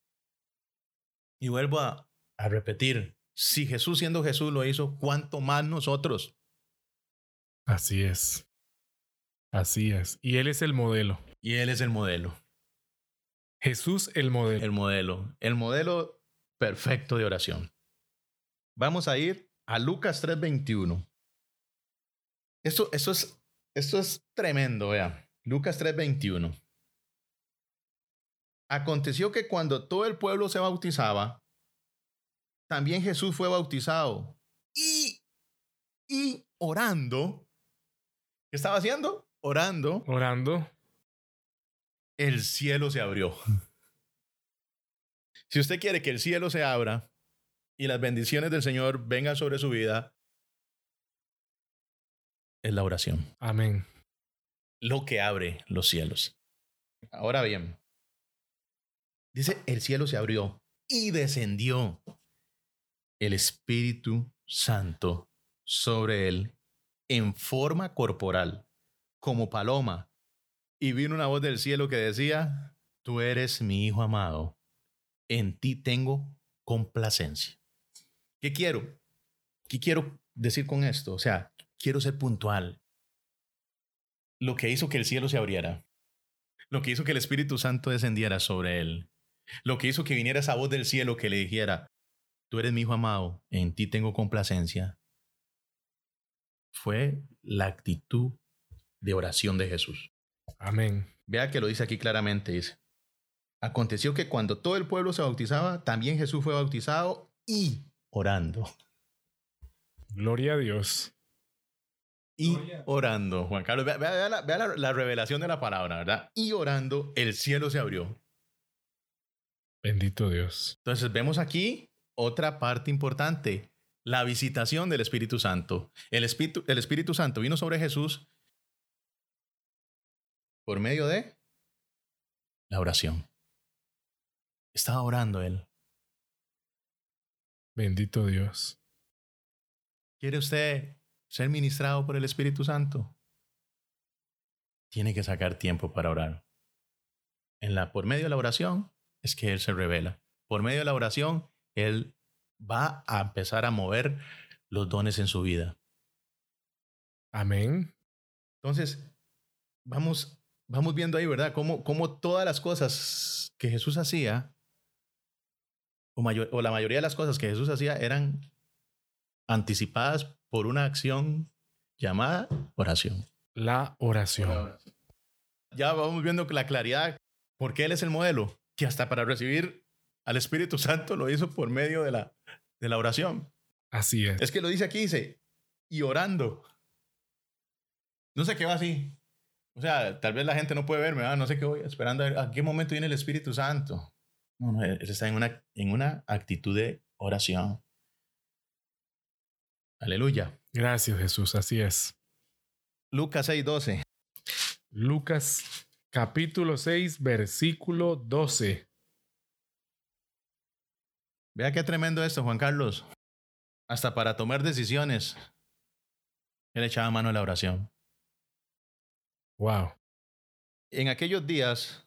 Y vuelvo a, a repetir, si Jesús siendo Jesús lo hizo, ¿cuánto más nosotros? Así es. Así es. Y Él es el modelo. Y Él es el modelo. Jesús el modelo. El modelo. El modelo perfecto de oración. Vamos a ir a Lucas tres veintiuno. Esto, esto, es, esto es tremendo, vean. Lucas tres veintiuno. Aconteció que cuando todo el pueblo se bautizaba, también Jesús fue bautizado. Y, y orando, ¿qué estaba haciendo? Orando. Orando. El cielo se abrió. Si usted quiere que el cielo se abra y las bendiciones del Señor vengan sobre su vida, es la oración. Amén. Lo que abre los cielos. Ahora bien, dice, el cielo se abrió y descendió el Espíritu Santo sobre él en forma corporal, como paloma. Y vino una voz del cielo que decía, tú eres mi hijo amado, en ti tengo complacencia. ¿Qué quiero? ¿Qué quiero decir con esto? O sea, quiero ser puntual. Lo que hizo que el cielo se abriera, lo que hizo que el Espíritu Santo descendiera sobre él, lo que hizo que viniera esa voz del cielo que le dijera, tú eres mi hijo amado, en ti tengo complacencia, fue la actitud de oración de Jesús. Amén. Vea que lo dice aquí claramente, dice, aconteció que cuando todo el pueblo se bautizaba, también Jesús fue bautizado y orando. Gloria a Dios. Y orando, Juan Carlos, vea, vea, vea, la, vea la, la revelación de la palabra, ¿verdad? Y orando, el cielo se abrió. Bendito Dios. Entonces vemos aquí otra parte importante, la visitación del Espíritu Santo. El Espíritu, el Espíritu Santo vino sobre Jesús por medio de la oración. Estaba orando él. Bendito Dios. ¿Quiere usted ser ministrado por el Espíritu Santo? Tiene que sacar tiempo para orar. En la, por medio de la oración es que Él se revela. Por medio de la oración, Él va a empezar a mover los dones en su vida. Amén. Entonces, vamos, vamos viendo ahí, ¿verdad? Cómo, cómo todas las cosas que Jesús hacía, o, mayor, o la mayoría de las cosas que Jesús hacía eran anticipadas por una acción llamada oración. la oración. Ya vamos viendo la claridad, porque Él es el modelo, que hasta para recibir al Espíritu Santo lo hizo por medio de la, de la oración. Así es. Es que lo dice aquí, dice, y orando. No sé qué va así. O sea, tal vez la gente no puede verme, ¿verdad? No sé qué voy esperando a ver a qué momento viene el Espíritu Santo. No, no, Él está en una, en una actitud de oración. Aleluya. Gracias, Jesús. Así es. Lucas seis doce. Lucas capítulo seis, versículo doce. Vea qué tremendo esto, Juan Carlos. Hasta para tomar decisiones, Él echaba mano a la oración. Wow. En aquellos días,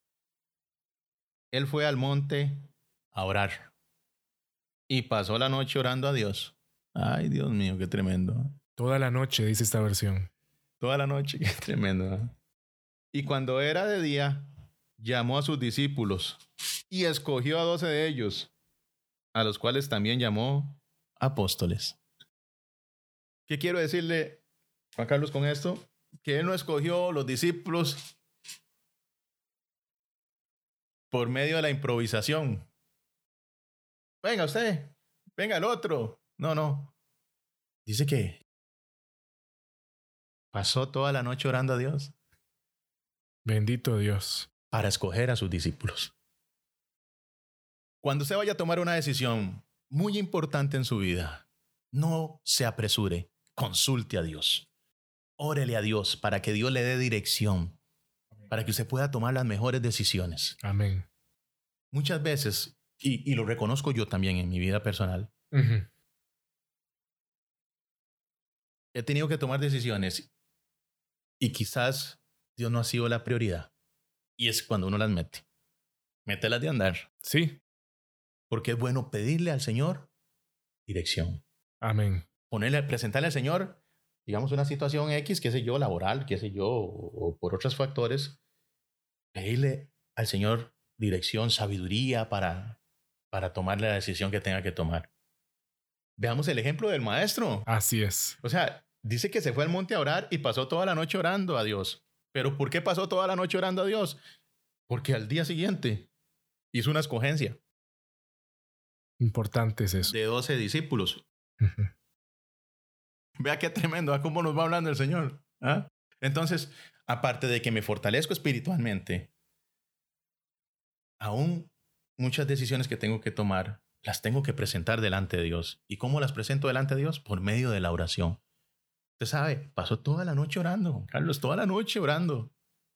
Él fue al monte a orar y pasó la noche orando a Dios. Ay, Dios mío, qué tremendo. Toda la noche, dice esta versión. Toda la noche, qué tremendo. ¿eh? Y cuando era de día, llamó a sus discípulos y escogió a doce de ellos, a los cuales también llamó apóstoles. ¿Qué quiero decirle, Juan Carlos, con esto? Que Él no escogió los discípulos por medio de la improvisación. Venga usted, venga el otro. No, no. Dice que pasó toda la noche orando a Dios. Bendito Dios. Para escoger a sus discípulos. Cuando usted vaya a tomar una decisión muy importante en su vida, no se apresure, consulte a Dios. Órele a Dios para que Dios le dé dirección, para que usted pueda tomar las mejores decisiones. Amén. Muchas veces, y, y lo reconozco yo también en mi vida personal, Uh-huh. he tenido que tomar decisiones y quizás Dios no ha sido la prioridad. Y es cuando uno las mete. Mételas de andar. Sí. Porque es bueno pedirle al Señor dirección. Amén. Ponerle, presentarle al Señor, digamos, una situación X, qué sé yo, laboral, qué sé yo, o, o por otros factores. Pedirle al Señor dirección, sabiduría para, para tomar la decisión que tenga que tomar. Veamos el ejemplo del maestro. Así es. O sea, dice que se fue al monte a orar y pasó toda la noche orando a Dios. ¿Pero por qué pasó toda la noche orando a Dios? Porque al día siguiente hizo una escogencia. Importante es eso. De doce discípulos. Uh-huh. Vea qué tremendo, ¿a cómo nos va hablando el Señor? ¿Ah? Entonces, aparte de que me fortalezco espiritualmente, aún muchas decisiones que tengo que tomar, las tengo que presentar delante de Dios. ¿Y cómo las presento delante de Dios? Por medio de la oración. Usted sabe, pasó toda la noche orando, Carlos, toda la noche orando.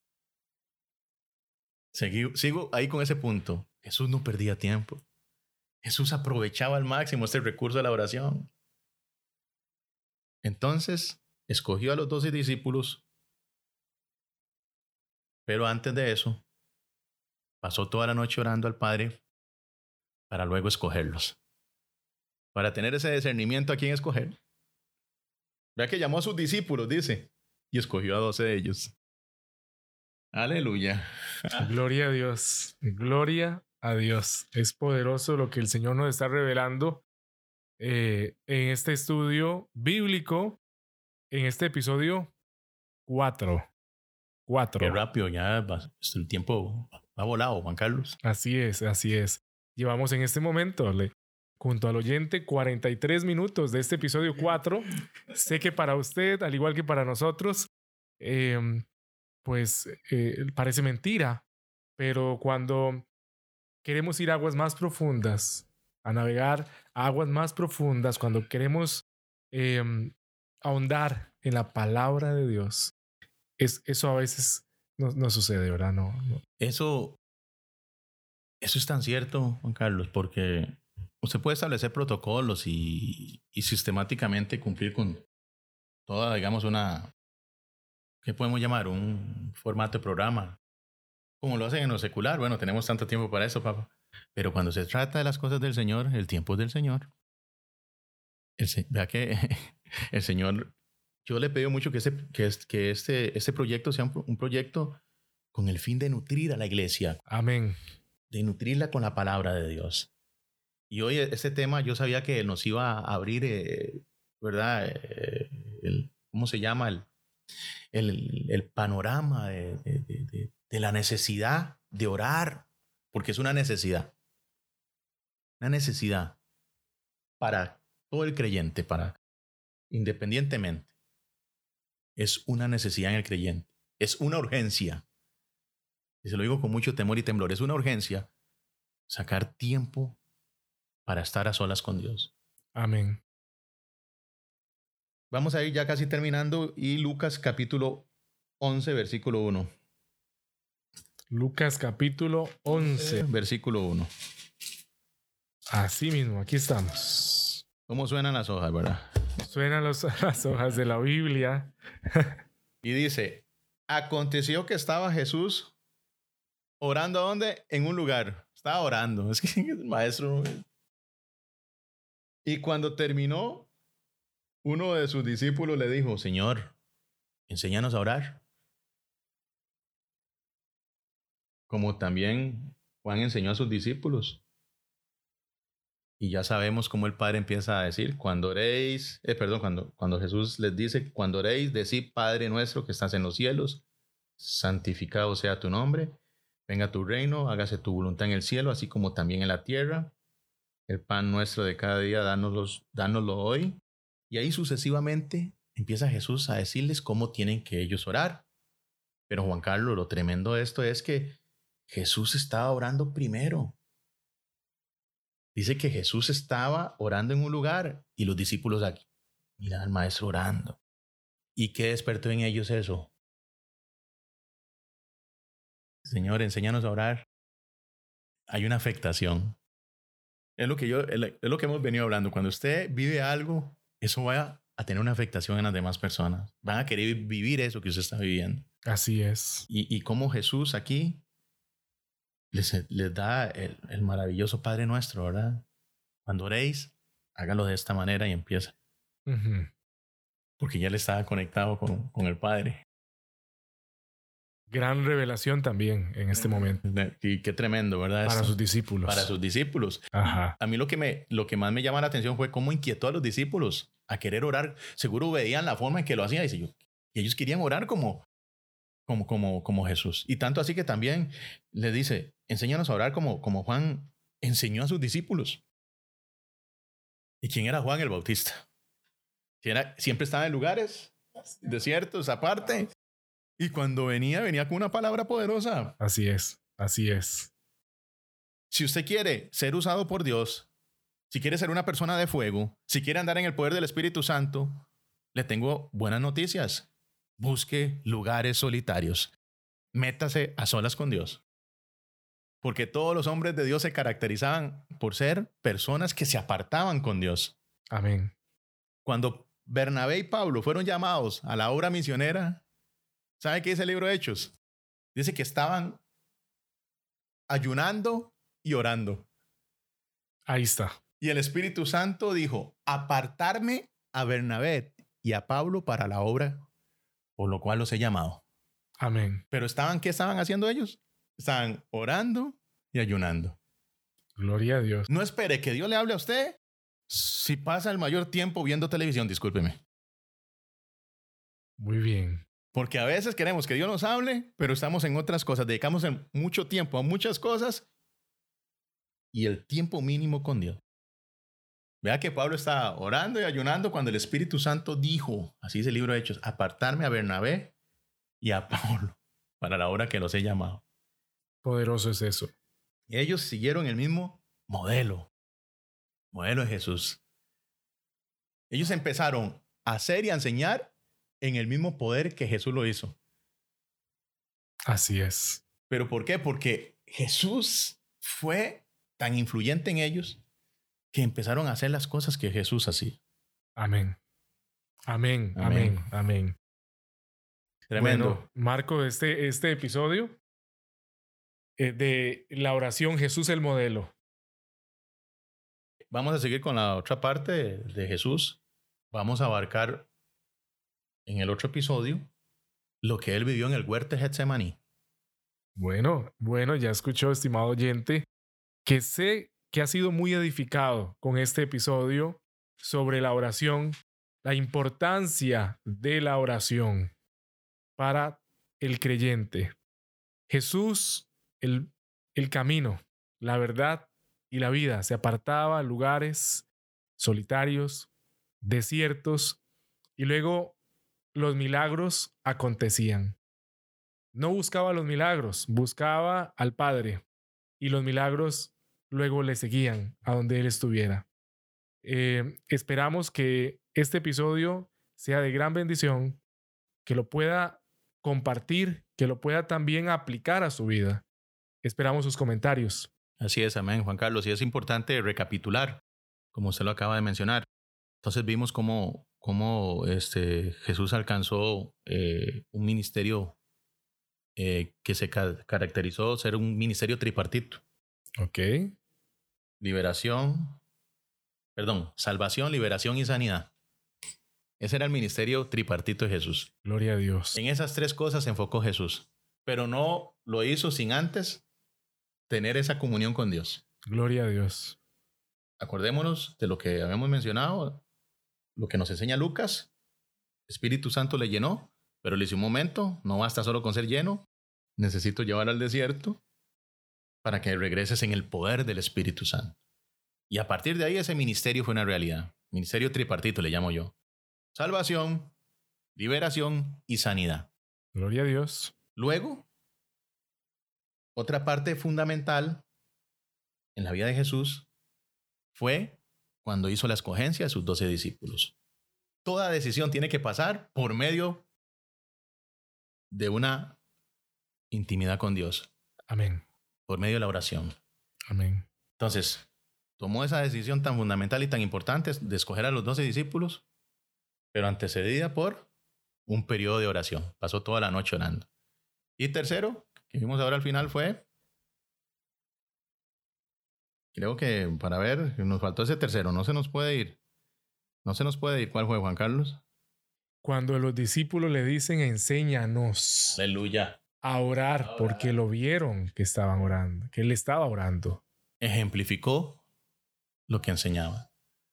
Segui, sigo ahí con ese punto. Jesús no perdía tiempo. Jesús aprovechaba al máximo este recurso de la oración. Entonces, escogió a los doce discípulos, pero antes de eso, pasó toda la noche orando al Padre para luego escogerlos. Para tener ese discernimiento a quién escoger. Vea que llamó a sus discípulos, dice, y escogió a doce de ellos. Aleluya. Gloria a Dios. Gloria a Dios. Es poderoso lo que el Señor nos está revelando eh, en este estudio bíblico, en este episodio cuatro. Cuatro. Qué rápido, ya va, el tiempo ha volado, Juan Carlos. Así es, así es. Llevamos en este momento, le, junto al oyente, cuarenta y tres minutos de este episodio cuatro. Sé que para usted, al igual que para nosotros, eh, pues eh, parece mentira, pero cuando queremos ir a aguas más profundas, a navegar a aguas más profundas, cuando queremos eh, ahondar en la palabra de Dios, es, eso a veces no, no sucede, ¿verdad? No, no. Eso, eso es tan cierto, Juan Carlos, porque usted puede establecer protocolos y, y sistemáticamente cumplir con toda, digamos, una, ¿qué podemos llamar? Un formato de programa. Como lo hacen en lo secular. Bueno, tenemos tanto tiempo para eso, papá. Pero cuando se trata de las cosas del Señor, el tiempo es del Señor. El, vea que el Señor, yo le pido mucho que, ese, que, que este, este proyecto sea un, un proyecto con el fin de nutrir a la iglesia. Amén. De nutrirla con la palabra de Dios. Y hoy este tema yo sabía que nos iba a abrir, eh, ¿verdad? Eh, el, ¿Cómo se llama? El, el, el panorama de, de, de, de, de la necesidad de orar, porque es una necesidad. Una necesidad para todo el creyente, para independientemente. Es una necesidad en el creyente. Es una urgencia. Y se lo digo con mucho temor y temblor. Es una urgencia sacar tiempo para estar a solas con Dios. Amén. Vamos a ir ya casi terminando. Y Lucas capítulo once, versículo uno. Lucas capítulo once. Versículo uno. Así mismo, aquí estamos. ¿Cómo suenan las hojas, verdad? Suenan los, las hojas de la Biblia. Y dice, aconteció que estaba Jesús orando, ¿a dónde? En un lugar. Estaba orando. Es que el maestro... Y cuando terminó, uno de sus discípulos le dijo, Señor, enséñanos a orar. Como también Juan enseñó a sus discípulos. Y ya sabemos cómo el Padre empieza a decir, cuando oréis, eh, perdón, cuando, cuando Jesús les dice, cuando oréis, decid, Padre nuestro que estás en los cielos, santificado sea tu nombre, venga tu reino, hágase tu voluntad en el cielo, así como también en la tierra. El pan nuestro de cada día, dánoslo, dánoslo hoy. Y ahí sucesivamente empieza Jesús a decirles cómo tienen que ellos orar. Pero Juan Carlos, lo tremendo de esto es que Jesús estaba orando primero. Dice que Jesús estaba orando en un lugar y los discípulos aquí. Mira al maestro orando. ¿Y qué despertó en ellos eso? Señor, enséñanos a orar. Hay una afectación. Es lo que yo, es lo que hemos venido hablando. Cuando usted vive algo, eso va a tener una afectación en las demás personas. Van a querer vivir eso que usted está viviendo. Así es. Y, y como Jesús aquí les, les da el, el maravilloso Padre Nuestro, ¿verdad? Cuando oréis, hágalo de esta manera y empieza. Uh-huh. Porque ya le estaba conectado con, con el Padre. Gran revelación también en este momento. Y qué tremendo, ¿verdad? Para Esto, sus discípulos. Para sus discípulos. Ajá. A mí lo que, me, lo que más me llama la atención fue cómo inquietó a los discípulos a querer orar. Seguro veían la forma en que lo hacían. Dice yo, y ellos querían orar como, como, como, como Jesús. Y tanto así que también le dice, enséñanos a orar como, como Juan enseñó a sus discípulos. ¿Y quién era Juan el Bautista? Que era, siempre estaba en lugares desiertos, aparte. Y cuando venía, venía con una palabra poderosa. Así es, así es. Si usted quiere ser usado por Dios, si quiere ser una persona de fuego, si quiere andar en el poder del Espíritu Santo, le tengo buenas noticias. Busque lugares solitarios. Métase a solas con Dios. Porque todos los hombres de Dios se caracterizaban por ser personas que se apartaban con Dios. Amén. Cuando Bernabé y Pablo fueron llamados a la obra misionera, ¿sabe qué dice el libro de Hechos? Dice que estaban ayunando y orando. Ahí está. Y el Espíritu Santo dijo, apartarme a Bernabé y a Pablo para la obra, por lo cual los he llamado. Amén. Pero estaban, ¿qué estaban haciendo ellos? Estaban orando y ayunando. Gloria a Dios. No espere que Dios le hable a usted si pasa el mayor tiempo viendo televisión, discúlpeme. Muy bien. Porque a veces queremos que Dios nos hable, pero estamos en otras cosas. Dedicamos mucho tiempo a muchas cosas y el tiempo mínimo con Dios. Vea que Pablo estaba orando y ayunando cuando el Espíritu Santo dijo, así dice el libro de Hechos, apartarme a Bernabé y a Pablo para la obra que los he llamado. Poderoso es eso. Y ellos siguieron el mismo modelo, modelo de Jesús. Ellos empezaron a hacer y a enseñar en el mismo poder que Jesús lo hizo. Así es. ¿Pero por qué? Porque Jesús fue tan influyente en ellos que empezaron a hacer las cosas que Jesús hacía. Amén. Amén. Amén. Amén. Amén. Tremendo. Bueno, Marco, este, este episodio eh, de la oración Jesús el modelo. Vamos a seguir con la otra parte de, de Jesús. Vamos a abarcar en el otro episodio lo que él vivió en el huerto de Getsemaní. Bueno, bueno, ya escuchó, estimado oyente, que sé que ha sido muy edificado con este episodio sobre la oración, la importancia de la oración. para el creyente. Jesús, el, el camino, la verdad y la vida, se apartaba a lugares solitarios, desiertos, y luego los milagros acontecían. No buscaba los milagros, buscaba al Padre, y los milagros luego le seguían a donde él estuviera. Eh, esperamos que este episodio sea de gran bendición, que lo pueda compartir, que lo pueda también aplicar a su vida. Esperamos sus comentarios. Así es, amén, Juan Carlos. Y es importante recapitular, como usted lo acaba de mencionar. Entonces vimos cómo, cómo este, Jesús alcanzó eh, un ministerio eh, que se ca- caracterizó ser un ministerio tripartito. Ok. Liberación, perdón, salvación, liberación y sanidad. Ese era el ministerio tripartito de Jesús. Gloria a Dios. En esas tres cosas se enfocó Jesús, pero no lo hizo sin antes tener esa comunión con Dios. Gloria a Dios. Acordémonos de lo que habíamos mencionado, lo que nos enseña Lucas. Espíritu Santo le llenó, pero le hizo un momento, no basta solo con ser lleno, necesito llevar al desierto para que regreses en el poder del Espíritu Santo. Y a partir de ahí ese ministerio fue una realidad. Ministerio tripartito le llamo yo. Salvación, liberación y sanidad. Gloria a Dios. Luego, otra parte fundamental en la vida de Jesús fue cuando hizo la escogencia de sus doce discípulos. Toda decisión tiene que pasar por medio de una intimidad con Dios. Amén. Por medio de la oración. Amén. Entonces, tomó esa decisión tan fundamental y tan importante de escoger a los doce discípulos, pero antecedida por un periodo de oración. Pasó toda la noche orando. Y tercero, que vimos ahora al final fue, creo que para ver, nos faltó ese tercero, no se nos puede ir. No se nos puede ir. ¿Cuál fue, Juan Carlos? Cuando los discípulos le dicen, enséñanos Aleluya. a orar, porque lo vieron que estaban orando, que él estaba orando. Ejemplificó lo que enseñaba.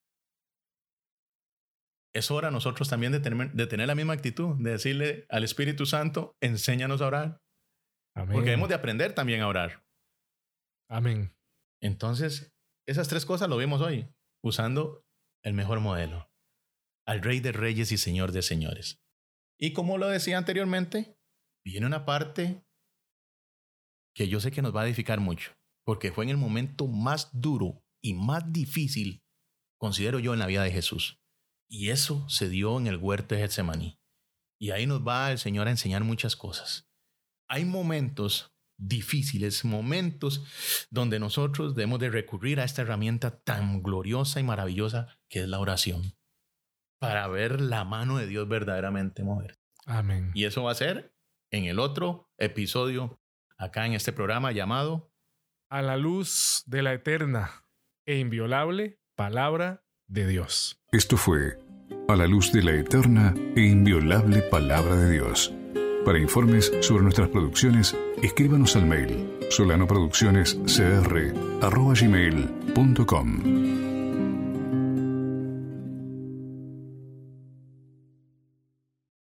Es hora nosotros también de tener, de tener la misma actitud, de decirle al Espíritu Santo, enséñanos a orar. Amén. Porque hemos de aprender también a orar. Amén. Entonces, esas tres cosas lo vimos hoy, usando el mejor modelo, al Rey de Reyes y Señor de Señores. Y como lo decía anteriormente, viene una parte que yo sé que nos va a edificar mucho, porque fue en el momento más duro y más difícil, considero yo, en la vida de Jesús. Y eso se dio en el huerto de Getsemaní. Y ahí nos va el Señor a enseñar muchas cosas. Hay momentos difíciles, momentos donde nosotros debemos de recurrir a esta herramienta tan gloriosa y maravillosa que es la oración, para ver la mano de Dios verdaderamente mover. Amén. Y eso va a ser en el otro episodio, acá en este programa llamado A la luz de la eterna e inviolable palabra de Dios. Esto fue A la luz de la eterna e inviolable palabra de Dios. Para informes sobre nuestras producciones, escríbanos al mail solanoproducciones c r arroba gmail punto com.